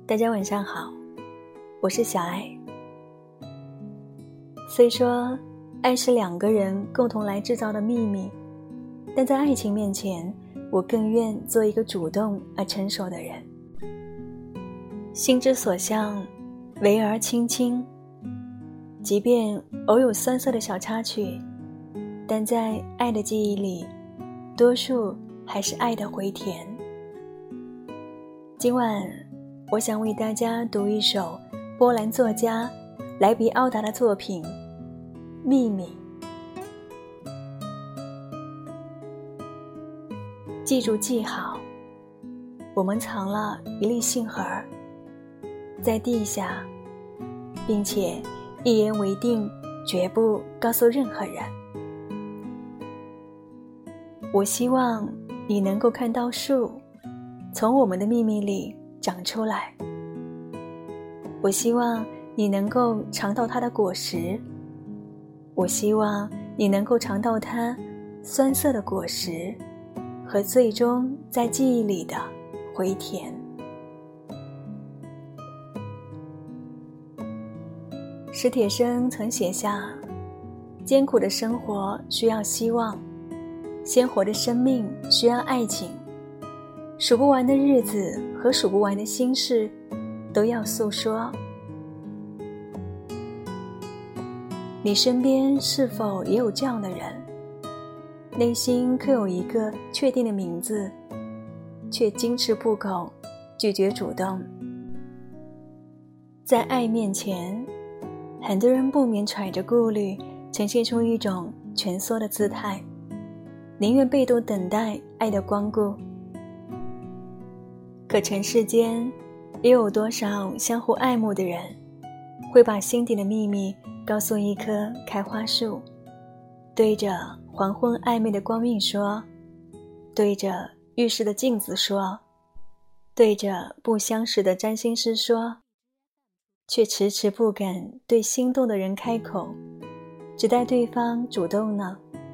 大家晚上好，我是小爱。虽说爱是两个人共同来制造的秘密，但在爱情面前，我更愿做一个主动而成熟的人。心之所向，唯而亲亲。即便偶有酸涩的小插曲，但在爱的记忆里，多数还是爱的回甜。今晚我想为大家读一首波兰作家莱比奥达的作品《秘密》。记住记好，我们藏了一粒杏核在地下，并且一言为定，绝不告诉任何人。我希望你能够看到树从我们的秘密里长出来，我希望你能够尝到它的果实，我希望你能够尝到它酸涩的果实和最终在记忆里的回甜。史铁生曾写下，艰苦的生活需要希望，鲜活的生命需要爱情，数不完的日子和数不完的心事都要诉说。你身边是否也有这样的人，内心刻有一个确定的名字，却矜持不苟，拒绝主动。在爱面前，很多人不免揣着顾虑，呈现出一种蜷缩的姿态，宁愿被动等待爱的光顾。可尘世间又有多少相互爱慕的人，会把心底的秘密告诉一棵开花树，对着黄昏暧昧的光晕说，对着浴室的镜子说，对着不相识的占星师说，却迟迟不敢对心动的人开口，只待对方主动呢？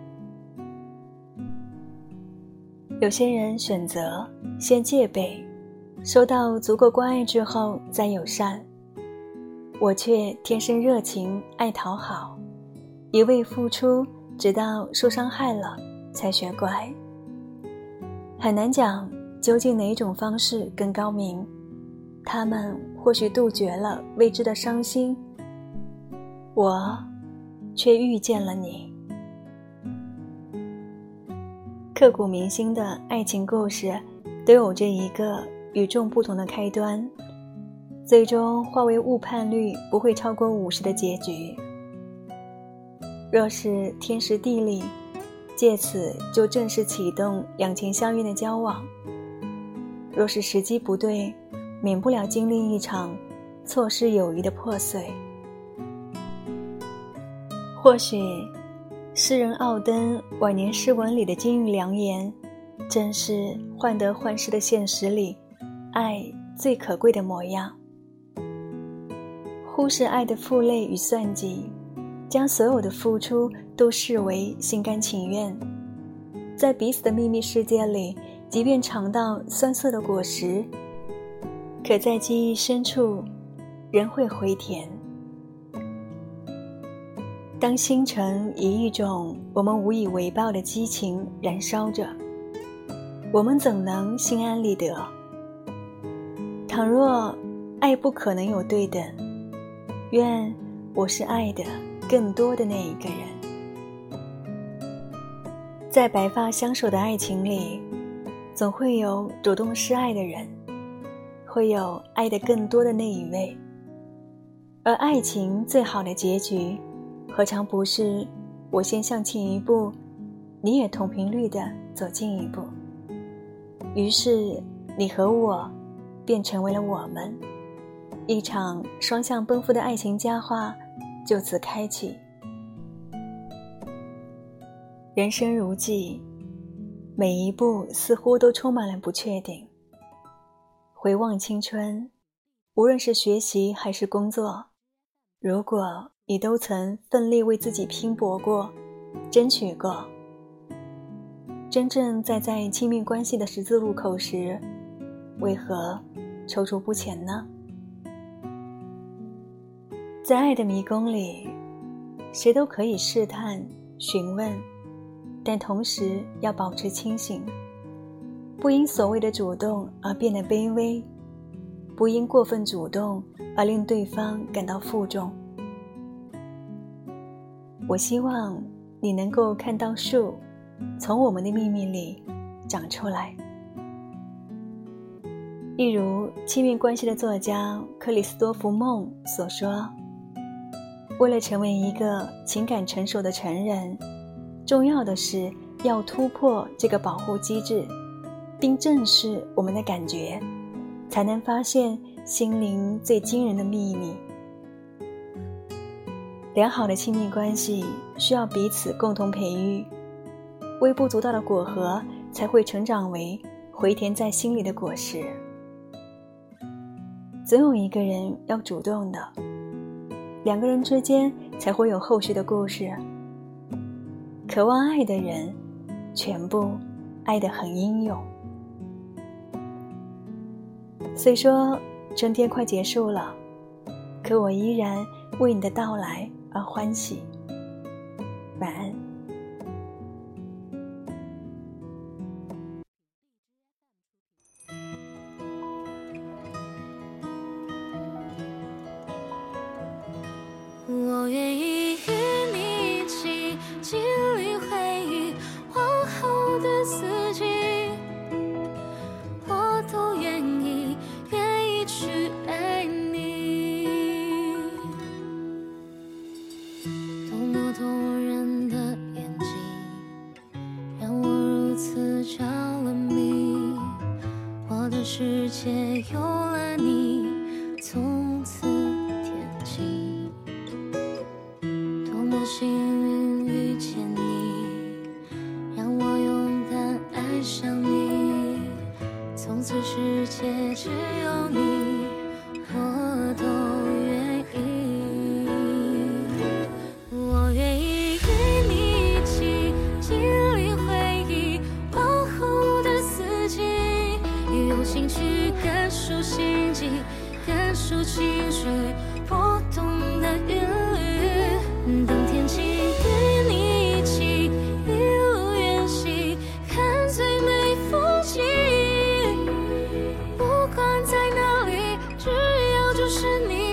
有些人选择先戒备，收到足够关爱之后再友善。我却天生热情，爱讨好，一味付出，直到受伤害了才学乖。很难讲究竟哪一种方式更高明，他们或许杜绝了未知的伤心，我却遇见了你。刻骨铭心的爱情故事都有着一个与众不同的开端，最终化为误判率不会超过50%的结局。若是天时地利，借此就正式启动两情相悦的交往；若是时机不对，免不了经历一场错失友谊的破碎。或许诗人奥登晚年诗文里的金玉良言，正是患得患失的现实里爱最可贵的模样。忽视爱的负累与算计，将所有的付出都视为心甘情愿，在彼此的秘密世界里，即便尝到酸涩的果实，可在记忆深处仍会回甜。当星辰以一种我们无以为报的激情燃烧着，我们怎能心安理得？倘若爱不可能有对等，愿我是爱的更多的那一个人。在白发相守的爱情里，总会有主动示爱的人，会有爱的更多的那一位。而爱情最好的结局，何尝不是我先向前一步，你也同频率地走近一步，于是你和我便成为了我们，一场双向奔赴的爱情佳话就此开启。人生如寄，每一步似乎都充满了不确定。回望青春，无论是学习还是工作，如果你都曾奋力为自己拼搏过，争取过，真正在亲密关系的十字路口时，为何踌躇不前呢？ 在爱的迷宫里，谁都可以试探、询问，但同时要保持清醒，不因所谓的主动而变得卑微，不因过分主动而令对方感到负重。我希望你能够看到树从我们的秘密里长出来。一如亲密关系的作家克里斯多福·梦所说，为了成为一个情感成熟的成人，重要的是要突破这个保护机制，并正视我们的感觉，才能发现心灵最惊人的秘密。良好的亲密关系需要彼此共同培育，微不足道的果核才会成长为回甜在心里的果实。总有一个人要主动的，两个人之间才会有后续的故事。渴望爱的人，全部爱得很英勇。虽说春天快结束了，可我依然为你的到来而欢喜。晚安。 我愿意与你一起经历回忆往后的四季，我都愿意去爱你。多么动人的眼睛，让我如此着了迷，我的世界有了你，从此天晴。幸运遇见你，让我勇敢爱上你，从此世界只有你，我都愿意。我愿意与你一起经历回忆往后的四季，用心去感受心迹，感受情绪波动的韵律。等天晴，与你一起一路远行，看最美风景。不管在哪里，只要就是你。